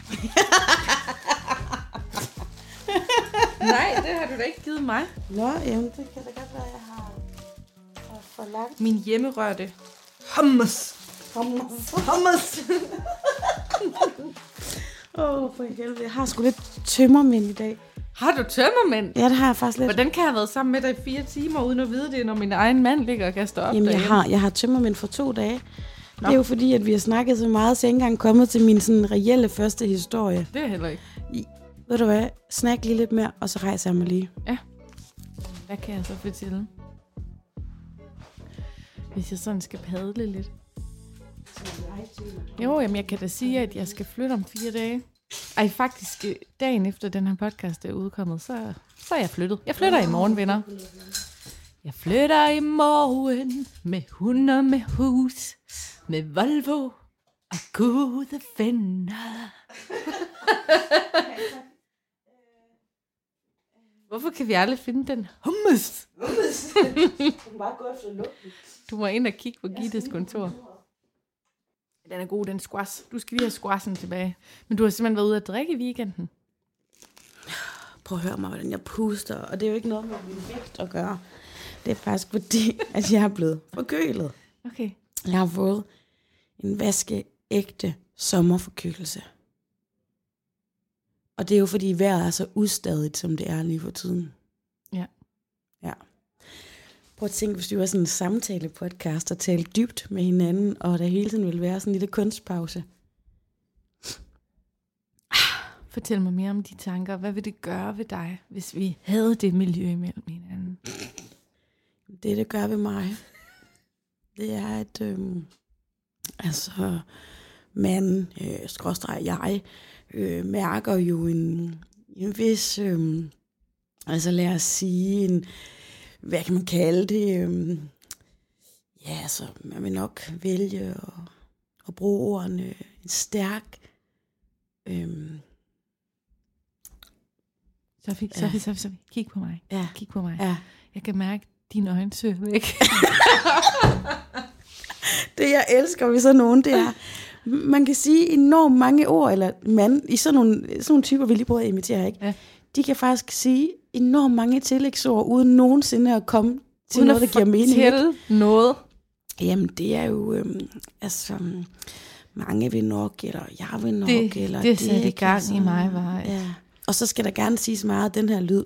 Nej, det har du da ikke givet mig. Nå, jamen, det kan da godt være, jeg har forlagt. Min hjemmerørte hummus. For helvede. Jeg har sgu lidt tømmermænd i dag. Har du tømmermænd? Ja, det har jeg faktisk lidt. Hvordan kan jeg have været sammen med dig i 4 timer, uden at vide det, når min egen mand ligger og kaster op? Jamen, jeg har tømmermænd for 2 dage. Nå. Det er jo fordi, at vi har snakket så meget, så jeg ikke engang kommet til min sådan reelle første historie. Det er heller ikke. Ved du hvad? Snak lige lidt mere, og så rejser jeg mig lige. Ja. Hvad kan jeg så fortælle? Hvis jeg sådan skal padle lidt. Jo, jamen jeg kan da sige, at jeg skal flytte om 4 dage. Ej, faktisk dagen efter den her podcast er udkommet, så er jeg flyttet. Jeg flytter i morgen, venner. Jeg flytter i morgen med hund og med hus, med Volvo og gode venner. Hvorfor kan vi aldrig finde den hummus? Du må bare gå efter lugten. Du må ind og kigge på Gittes kontor. Den er god, den squash. Du skal lige have squashen tilbage. Men du har simpelthen været ude at drikke i weekenden. Prøv at høre mig, hvordan jeg puster. Og det er jo ikke noget med min vægt at gøre. Det er faktisk fordi, at jeg er blevet forkølet. Okay. Jeg har fået en vaskeægte sommerforkølelse. Og det er jo fordi vejret er så ustadigt, som det er lige for tiden. Ja. Ja. Prøv at tænke, hvis du var sådan en samtale-podcast og talte dybt med hinanden, og der hele tiden ville være sådan en lille kunstpause. Fortæl mig mere om de tanker. Hvad vil det gøre ved dig, hvis vi havde det miljø imellem hinanden? Det gør ved mig, det er, at man, jeg, mærker jo en vis, lad os sige, hvad kan man kalde det? Man vil nok vælge at bruge ordene en stærk... Sofie, kig på mig. Ja. Kig på mig. Ja. Jeg kan mærke, at dine øjne søger væk. Det, jeg elsker ved sådan nogen, det er, man kan sige enormt mange ord, eller i sådan nogle typer, vi lige prøver at imitere, ikke? Ja. De kan faktisk sige enormt mange tillægsord, uden nogensinde at komme til uden noget, der giver mening. Uden noget? Jamen, det er jo, mange vil nok, eller jeg vil nok, eller det satte i gang i mig, var ja. Og så skal der gerne siges meget af den her lyd.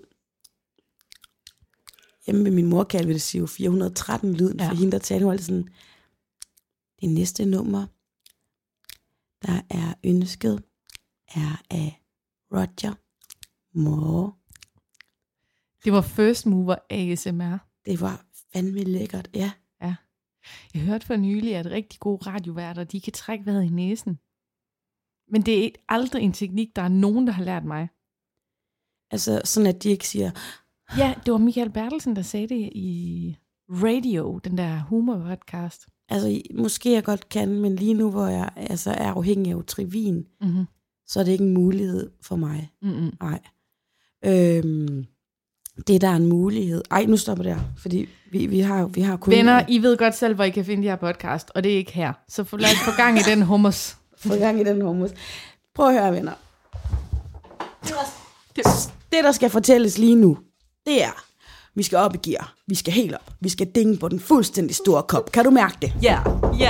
Hjemme med min mor kaldte vi det sige 413 lyden, for hende der talte hun altid sådan, det næste nummer, der er ønsket, er af Roger Moore. Det var First Mover ASMR. Det var fandme lækkert, ja. Ja. Jeg hørte for nylig, at rigtig gode radioværter, de kan trække vejret i næsen. Men det er aldrig en teknik, der er nogen, der har lært mig. Altså sådan, at de ikke siger... Ja, det var Michael Bertelsen, der sagde det i Radio, den der humor-podcast. Altså, måske jeg godt kan, men lige nu, hvor jeg er afhængig af Utrivin, så er det ikke en mulighed for mig. Nej. Det der er en mulighed. Ej, nu stopper det her, fordi vi har kun... Venner, I ved godt selv, hvor I kan finde de her podcast, og det er ikke her. Så lad os få gang i den hummus. Prøv at høre, venner. Det, der skal fortælles lige nu, det er, vi skal op i gear. Vi skal helt op. Vi skal dinge på den fuldstændig store kop. Kan du mærke det? Ja.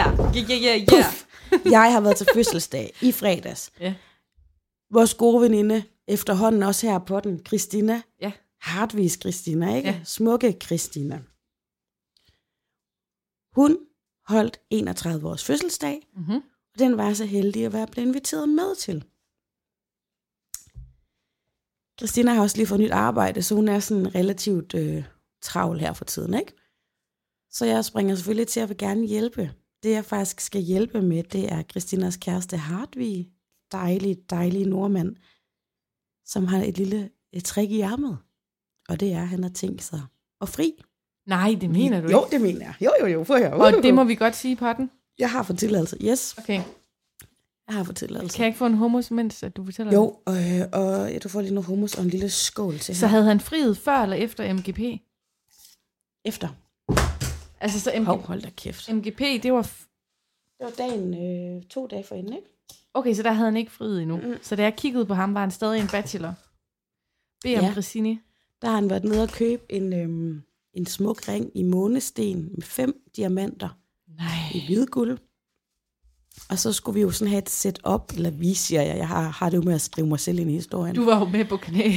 Jeg har været til fødselsdag i fredags. Ja. Vores gode veninde, efterhånden også her på den, Christina. Ja. Hartvigs Christina, ikke? Ja. Smukke Christina. Hun holdt 31 års fødselsdag, og den var så heldig at være blevet inviteret med til. Christina har også lige fået nyt arbejde, så hun er sådan relativt travl her for tiden, ikke? Så jeg springer selvfølgelig til at vil gerne hjælpe. Det jeg faktisk skal hjælpe med, det er Christinas kæreste Hartvig, dejlige nordmand, som har et trick i ærmet. Og det er, at han har tænkt sig at fri. Nej, det mener du ikke? Jo, det mener jeg. Jo, for her. Og det må vi godt sige på den? Jeg har fået tilladelse, yes. Okay. Jeg har fået tilladelse. Kan jeg ikke få en hummus, mens du fortæller det? Jo, og du får lige noget hummus og en lille skål til her. Så havde han friet før eller efter MGP? Efter. Altså så hold da kæft. MGP, det var dagen 2 dage forinden, ikke? Okay, så der havde han ikke friet endnu. Så da jeg kiggede på ham, var han stadig en bachelor. Om Christine. Der har han været nede og købe en smuk ring i månesten med 5 diamanter. Nej. I hvidguld. Og så skulle vi jo sådan have et setup, eller vi siger jeg har det jo med at skrive mig selv ind i historien. Du var jo med på knæ.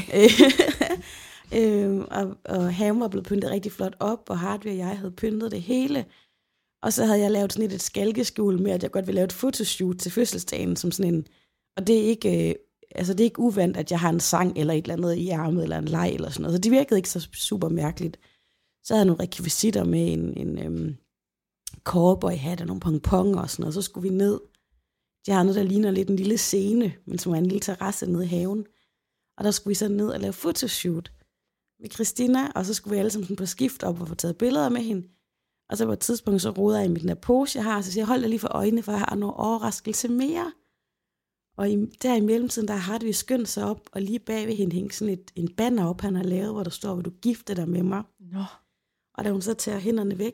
Og haven var blevet pyntet rigtig flot op, og Hartvig og jeg havde pyntet det hele. Og så havde jeg lavet sådan et skalkeskjul med, at jeg godt ville lave et fotoshoot til fødselsdagen, som sådan en, og det er ikke, det er ikke uvandt, at jeg har en sang eller et eller andet i ærmet, eller en leg eller sådan noget. Så det virkede ikke så super mærkeligt. Så havde jeg nogle rekvisitter med en cowboyhat og nogle pongpong og sådan noget. Så skulle vi ned. Jeg har noget, der ligner lidt en lille scene, men som er en lille terrasse nede i haven. Og der skulle vi så ned og lave fotoshoot med Christina, og så skulle vi alle sammen sådan på skift op og få taget billeder med hende. Og så på et tidspunkt, så roder jeg i den der pose, jeg har, så siger jeg, hold dig lige for øjnene, for jeg har nogle overraskelse mere. Og der i mellemtiden, der har vi skyndt sig op, og lige bag ved hende hængte sådan en banner op, han har lavet, hvor der står, vil du gifte dig med mig? Nå. Og da hun så tager hænderne væk,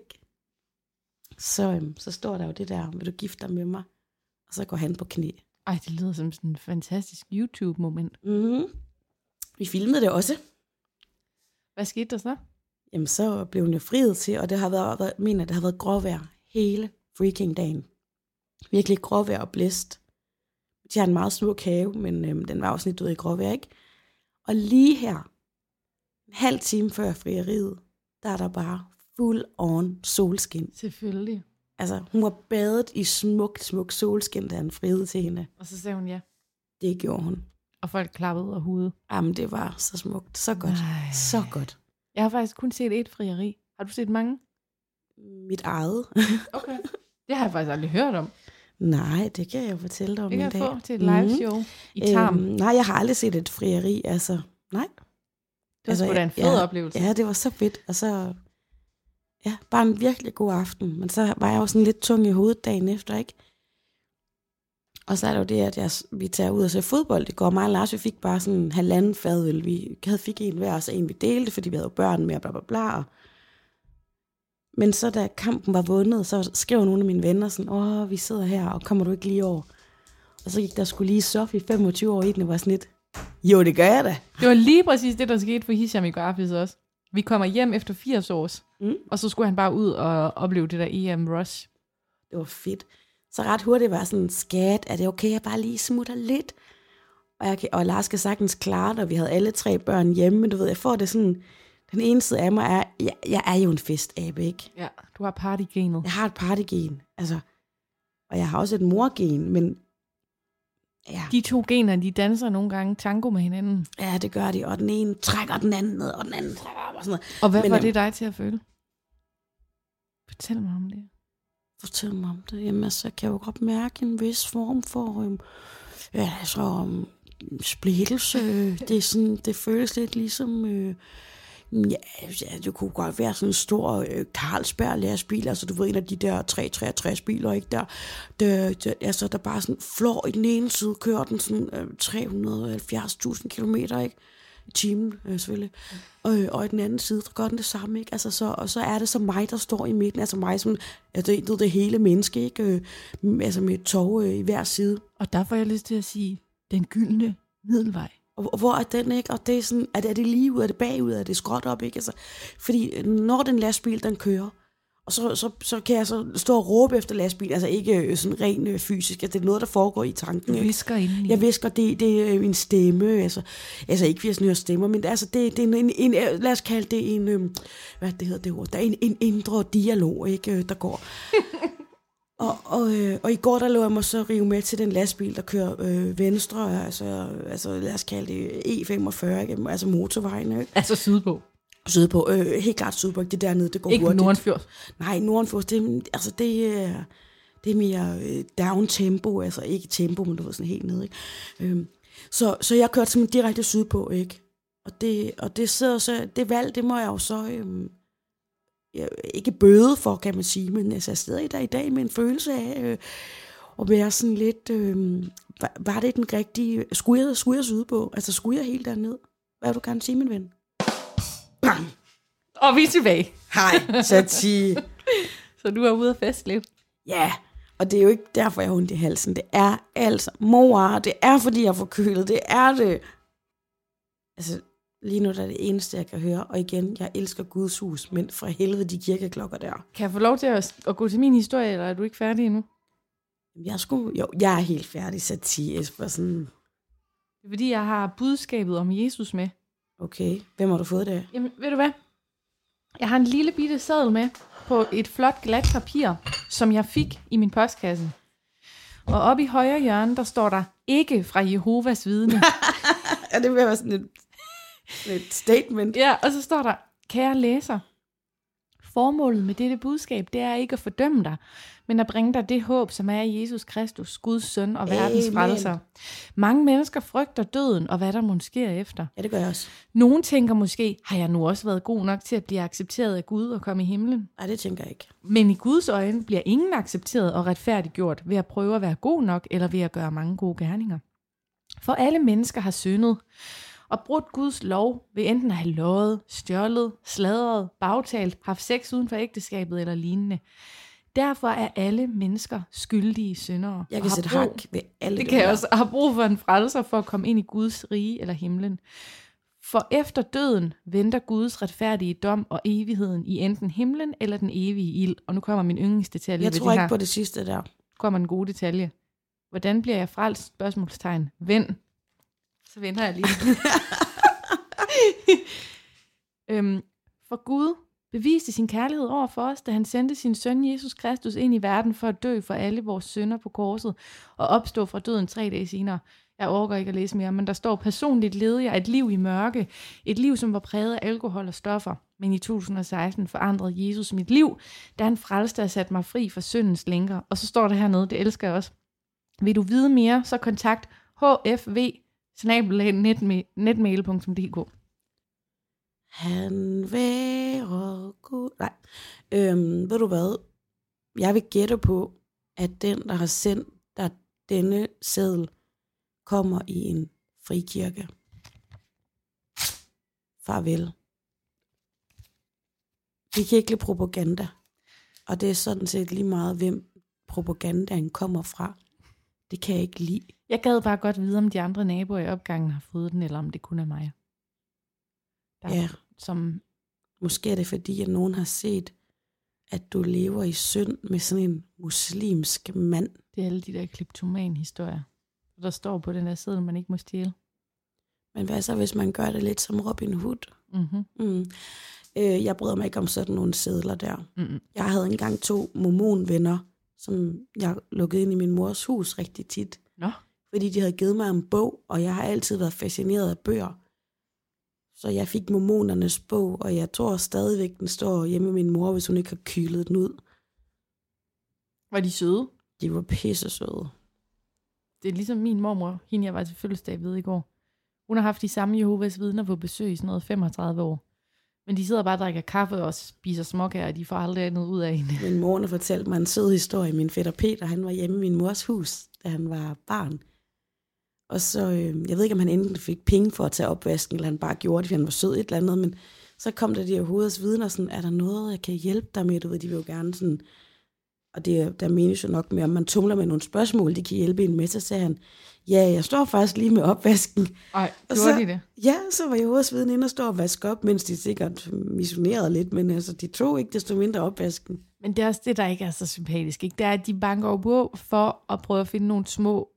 så står der jo det der, vil du gifte dig med mig? Og så går han på knæ. Ej, det lyder som sådan en fantastisk YouTube-moment. Vi filmede det også. Hvad skete der så? Jamen, så blev hun jo friet til, og det har været gråvejr hele freaking dagen. Virkelig gråvejr og blæst. De har en meget smuk have, men den var også lidt ude i gråvejr, ikke? Og lige her, en halv time før frieriet, der er der bare full on solskin. Selvfølgelig. Altså, hun var badet i smukt solskin, da han friede til hende. Og så sagde hun ja. Det gjorde hun. Og folk klappede og hudede. Jamen, det var så smukt. Så godt. Nej. Så godt. Jeg har faktisk kun set et frieri. Har du set mange? Mit eget. Okay. Det har jeg faktisk aldrig hørt om. Nej, det kan jeg fortælle dig om det kan en dag. jeg få til et liveshow i Tarm. Nej, jeg har aldrig set et frieri, altså. Nej. Det var sgu da en fed oplevelse. Ja, det var så fedt. Og så, ja, bare en virkelig god aften. Men så var jeg jo sådan lidt tung i hovedet dagen efter, ikke? Og så er det jo det, at vi tager ud og ser fodbold. Det går mig og Lars, vi fik bare sådan en halvanden fadøl. Vi fik en hver, og så en vi delte, fordi vi havde børn med og bla bla bla. Men så da kampen var vundet, så skrev nogle af mine venner sådan, vi sidder her, og kommer du ikke lige over? Og så gik der skulle lige Sofie 25 år i den, og var sådan lidt, jo, det gør jeg da. Det var lige præcis det, der skete for Hisham i går aftes også. Vi kommer hjem efter 80 års, og så skulle han bare ud og opleve det der EM-rush. Det var fedt. Så ret hurtigt var sådan, skat, er det okay, jeg bare lige smutter lidt? Og Lars skal sagtens klare det, og vi havde alle 3 børn hjemme, men du ved, jeg får det sådan, den ene side af mig er, jeg er jo en festabe, ikke? Ja, du har partygenet. Jeg har et partygen, altså, og jeg har også et morgen, men ja. De 2 gener, de danser nogle gange tango med hinanden. Ja, det gør de, og den ene trækker den anden ned, og den anden trækker op, og sådan noget. Og hvad var det dig til at føle? Fortæl mig om det. Fortæl mig om det. Jamen, så kan jeg jo godt mærke en vis form for splittelse. Det er sådan, det føles lidt ligesom, det kunne godt være sådan en stor Carlsberg lastbil, altså du ved, en af de der 363 biler, ikke der bare sådan flår i den ene side, kører den sådan 370.000 kilometer, ikke? I timen, selvfølgelig. Og i den anden side, der gør den det samme, ikke? Altså, og så er det så mig, der står i midten, altså mig som, det hele menneske, ikke? Altså med et tog i hver side. Og der får jeg lyst til at sige, den gyldne middelvej. Og hvor er den, ikke? Og det er sådan, er det lige ud, er det bagud, er det skråt op, ikke? Altså, fordi når den lastbil, den kører, og så kan jeg så stå og råbe efter lastbil, altså ikke sådan rent fysisk, altså det er noget, der foregår i tanken. Du visker indeni. Jeg visker, det er en stemme, altså ikke vi har sådan stemmer, men altså det er en lad os kalde det en, hvad det hedder det ord, der er en indre dialog, ikke, der går. Og i går, der lå jeg mig så rive med til den lastbil, der kører venstre, altså lad os kalde det E45, ikke? Altså motorvejen, ikke? Altså sydpå. Sydpå, helt klart sydpå, det dernede, det går ikke hurtigt. Ikke Nordenfjord? Nej, Nordenfjord, det er mere down tempo, altså ikke tempo, men du ved sådan helt nede, ikke? Så jeg kørte simpelthen direkte sydpå, ikke? Og det sidder så, det valg, det må jeg jo så ikke bøde for, kan man sige, men altså, jeg sidder der i dag med en følelse af at være sådan lidt, var det den rigtige, skulle jeg sydpå? Altså skulle jeg helt derned? Hvad vil du gerne sige, min ven? Bang! Og vi er tilbage. Hej, Satie. Så du er ude at feste lidt? Ja, og det er jo ikke derfor, jeg har ondt i halsen. Det er altså mor, det er fordi, jeg er forkølet, det er det. Altså, lige nu der er det eneste, jeg kan høre. Og igen, jeg elsker Guds hus, men fra helvede de kirkeklokker der. Kan jeg få lov til at gå til min historie, eller er du ikke færdig endnu? Jeg er helt færdig, Satie Esper. Sådan. Det er fordi, jeg har budskabet om Jesus med. Okay, hvem har du fået det? Jamen, ved du hvad? Jeg har en lille bitte seddel med på et flot glat papir, som jeg fik i min postkasse. Og oppe i højre hjørne, der står der, ikke fra Jehovas vidne. Ja, det vil være sådan et statement. Ja, og så står der, kære læser, formålet med dette budskab, det er ikke at fordømme dig, men at bringe dig det håb, som er i Jesus Kristus, Guds søn og verdens frelser. Mange mennesker frygter døden, og hvad der måske sker efter. Ja, det gør jeg også. Nogle tænker måske, har jeg nu også været god nok til at blive accepteret af Gud og komme i himlen? Nej, det tænker jeg ikke. Men i Guds øjne bliver ingen accepteret og retfærdiggjort ved at prøve at være god nok, eller ved at gøre mange gode gerninger. For alle mennesker har syndet og brudt Guds lov ved enten at have løjet, stjålet, sladret, bagtalt, haft sex uden for ægteskabet eller lignende. Derfor er alle mennesker skyldige syndere. Jeg kan sætte hak ved alle. Det kan jeg også. Har brug for en frelser for at komme ind i Guds rige eller himlen. For efter døden venter Guds retfærdige dom og evigheden i enten himlen eller den evige ild. Og nu kommer min yndlingsdetalje. Jeg tror ikke på det sidste der. Kommer en god detalje. Hvordan bliver jeg frelst? Spørgsmålstegn. Vend. Så vender jeg lige. For Gud beviste sin kærlighed over for os, da han sendte sin søn Jesus Kristus ind i verden for at dø for alle vores synder på korset og opstå fra døden 3 dage senere. Jeg overgår ikke at læse mere, men der står, personligt levede jeg et liv i mørke, et liv, som var præget af alkohol og stoffer. Men i 2016 forandrede Jesus mit liv, da han frelste og satte mig fri fra syndens lænker. Og så står der hernede, det elsker jeg også. Vil du vide mere, så kontakt hfv@netmail.dk. Han være god. Nej. Ved du hvad? Jeg vil gætte på, at den, der har sendt dig denne seddel, kommer i en frikirke. Farvel. Vi kan ikke lide propaganda. Og det er sådan set lige meget, hvem propagandaen kommer fra. Det kan jeg ikke lide. Jeg gad bare godt vide, om de andre naboer i opgangen har fået den, eller om det kun er mig. Ja. Måske er det fordi, at nogen har set, at du lever i synd med sådan en muslimsk mand. Det er alle de der kleptoman-historier. Der står på den der seddel, man ikke må stjæle. Men hvad så, hvis man gør det lidt som Robin Hood? Mm-hmm. Jeg bryder mig ikke om sådan nogle sedler der. Mm-hmm. Jeg havde engang 2 mormonvenner, som jeg lukkede ind i min mors hus rigtig tit. Nå. Fordi de havde givet mig en bog, og jeg har altid været fascineret af bøger. Så jeg fik mormonernes bog, og jeg tror stadigvæk, den står hjemme med min mor, hvis hun ikke har kylet den ud. Var de søde? De var pisse søde. Det er ligesom min mormor, hende jeg var til fødselsdag ved i går. Hun har haft de samme Jehovas vidner på besøg i sådan noget 35 år. Men de sidder bare og drikker kaffe og spiser småkager, og de får aldrig andet ud af hende. Min mor fortalte mig en sød historie. Min fætter Peter, han var hjemme i min mors hus, da han var barn. Og så, jeg ved ikke, om han enten fik penge for at tage opvasken, eller han bare gjorde det, fordi han var sød et eller andet, men så kom der de Jehovas vidner sådan, er der noget, jeg kan hjælpe dig med? Du ved, de vil jo gerne sådan, og det, der menes jo nok med, om man tumler med nogle spørgsmål, de kan hjælpe en med, så sagde han, ja, jeg står faktisk lige med opvasken. Ej, gjorde de det? Ja, så var Jehovas vidner inde og stå og vaske op, mens de sikkert missionerede lidt, men altså, de tog ikke desto mindre opvasken. Men det er også det, der ikke er så sympatisk, ikke? Det er, at de banker jo på for at prøve at finde nogle små,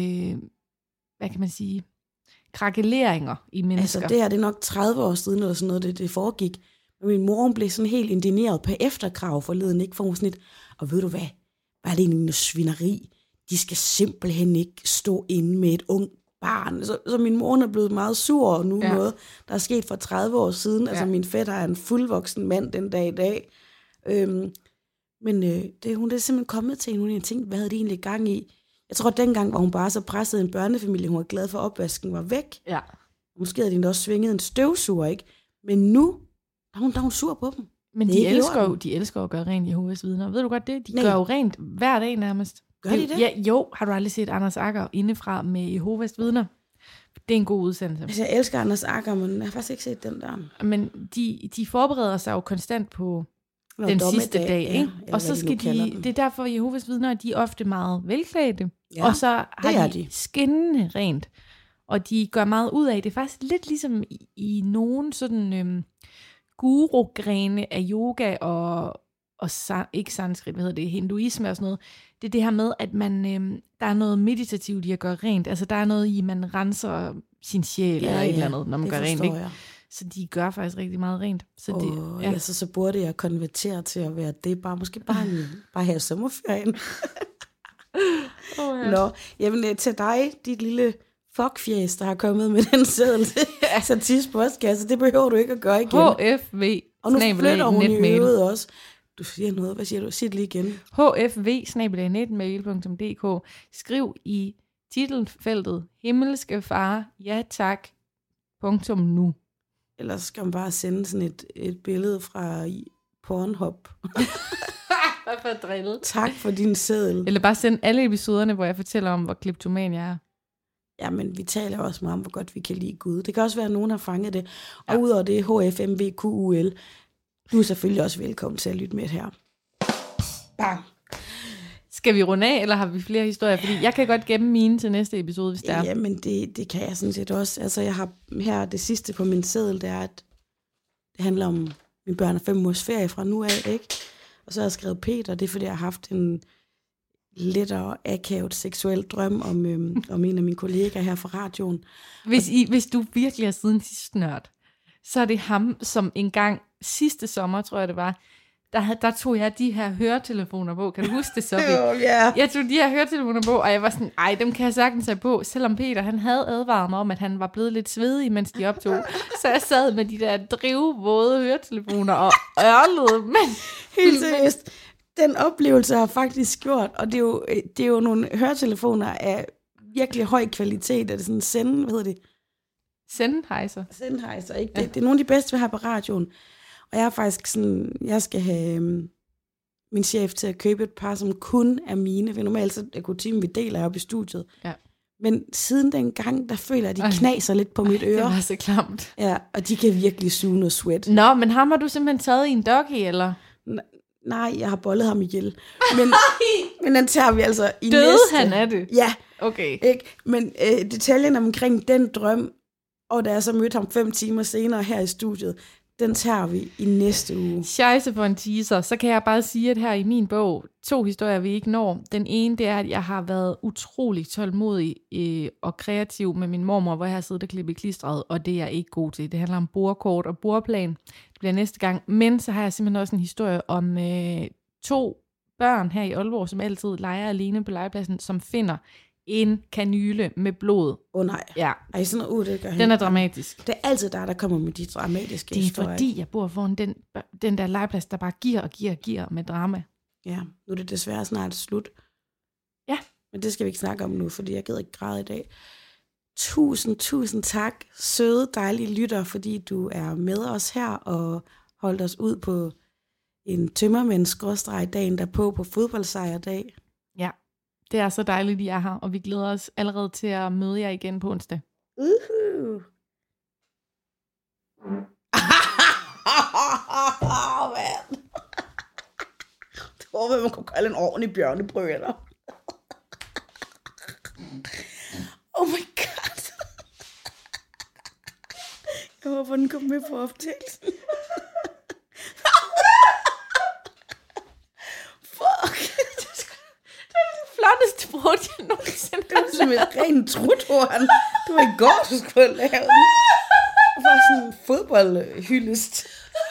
hvad kan man sige, krakeleringer i mennesker. Altså, det er nok 30 år siden, eller sådan noget, det foregik. Men min mor blev sådan helt indigneret på efterkrav forleden, ikke? For hun sådan lidt, og ved du hvad, var det egentlig noget svineri? De skal simpelthen ikke stå inde med et ung barn. Så min mor er blevet meget sur over noget, der er sket for 30 år siden. Ja. Altså min fætter er en fuldvoksen mand den dag i dag. Men hun er simpelthen kommet til en, hun har tænkt, hvad havde de egentlig gang i? Jeg tror, at dengang var hun bare så presset en børnefamilie, hun var glad for, at opvasken var væk. Ja. Måske havde de også svinget en støvsuger, ikke? Men nu, der er hun sur på dem. Men de elsker at gøre rent Jehovas vidner. Ved du godt det? De gør jo rent hver dag nærmest. Gør de det? Ja, jo, har du aldrig set Anders Agger indefra med Jehovas vidner? Det er en god udsendelse. Altså, jeg elsker Anders Agger, men jeg har faktisk ikke set den der. Men de forbereder sig jo konstant på den sidste dag, ikke? Og så skal det er derfor, Jehovas vidner, de er ofte meget velklædte. Ja, og så har de skinnende rent. Og de gør meget ud af det. Det er faktisk lidt ligesom i nogen sådan guru-grene af yoga og ikke sanskrit, hvad hedder det, hinduisme og sådan noget. Det er det her med, at man, der er noget meditativt i at gøre rent. Altså der er noget i, man renser sin sjæl eller et eller andet, når man gør rent. Ikke? Så de gør faktisk rigtig meget rent. Så så burde jeg konvertere til at være det. Måske bare have sommerferien. Nå, jamen til dig, dit lille fuckfjæs, der har kommet med den seddel til Satis postkasse, det behøver du ikke at gøre igen. HFV. Og nu flytter hun i øvrigt også. Du siger noget, hvad siger du? Sig det lige igen. hfv@netmail.dk. Skriv i titelfeltet, himmelske far, ja tak, .nu. Ellers skal man bare sende sådan et billede fra Pornhub. Hvad for drille. Tak for din seddel. Eller bare sende alle episoderne, hvor jeg fortæller om, hvor kleptoman jeg er. Ja, men vi taler også meget om, hvor godt vi kan lide Gud. Det kan også være, at nogen har fanget det. Og udover det, HFMVQUL. Du er selvfølgelig også velkommen til at lytte med her. Bang. Skal vi runde af, eller har vi flere historier? Fordi jeg kan godt gemme mine til næste episode, hvis der er. Ja, men det kan jeg sådan set også. Altså, jeg har her det sidste på min seddel, det er, at det handler om mine børn og 5 ugers ferie fra nu af, ikke? Og så har jeg skrevet Peter, det er fordi, jeg har haft lettere akavet seksuel drøm om en af mine kollegaer her fra radioen. Hvis du virkelig er siden sidst nørd, så er det ham, som engang sidste sommer, tror jeg det var, der tog jeg de her høretelefoner på. Kan du huske det, Sofie? Yeah. Jeg tog de her høretelefoner på, og jeg var sådan, dem kan jeg sagtens have på. Selvom Peter, han havde advaret mig om, at han var blevet lidt svedig, mens de optog. Så jeg sad med de der drivvåde høretelefoner og ørlede. Men helt seriøst. Den oplevelse har faktisk gjort, og det er jo nogle høretelefoner af virkelig høj kvalitet. Er det sådan Sennheiser, ikke? Ja. Det er nogle af de bedste, vi har på radioen. Og jeg er faktisk sådan, jeg skal have min chef til at købe et par, som kun er mine. For normalt så er kutymen, vi deler op i studiet. Ja. Men siden den gang, der føler jeg, at de knaser lidt på mit øre. Det var så klamt. Ja, og de kan virkelig suge noget sweat. Nå, men ham har du simpelthen taget i en doggy, eller? Nej, jeg har bollet ham ihjel. Men den tager vi altså i Døde næste. Han af det? Ja. Okay. Ikke? Men detaljen omkring den drøm, og da jeg så mødte ham 5 timer senere her i studiet, den tager vi i næste uge. Scheisse for en teaser. Så kan jeg bare sige, at her i min bog, 2 historier, vi ikke når. Den ene, det er, at jeg har været utrolig tålmodig og kreativ med min mormor, hvor jeg har siddet og klippet klistret, og det er jeg ikke god til. Det handler om bordkort og bordplan. Det bliver næste gang. Men så har jeg simpelthen også en historie om 2 børn her i Aalborg, som altid leger alene på legepladsen, som finder en kanyle med blod. Nej. Ja. Ej, sådan noget det gør Den er dramatisk. Det er altid der kommer med de dramatiske historier. Det er fordi, jeg bor foran den der legeplads, der bare giver med drama. Ja, nu er det desværre snart slut. Ja. Men det skal vi ikke snakke om nu, fordi jeg gider ikke græde i dag. Tusind tak, søde, dejlige lytter, fordi du er med os her og holdt os ud på en tømmermænd-dagen derpå på fodboldsejrdag. Ja. Det er så dejligt, at I er her, og vi glæder os allerede til at møde jer igen på onsdag. Man. Det var, hvad man kunne kalde en ordentlig bjørnebrøler. Oh my god. Jeg håber, den kom med på optagelsen. Flotteste brud, jeg nogensinde det var som et rent truthorn. Det var i går, du skulle have lavet den. Det var sådan en fodboldhyldest.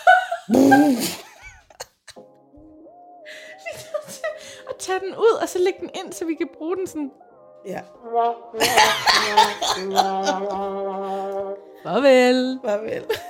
Og tage den ud, og så lægge den ind, så vi kan bruge den sådan. Ja. Farvel.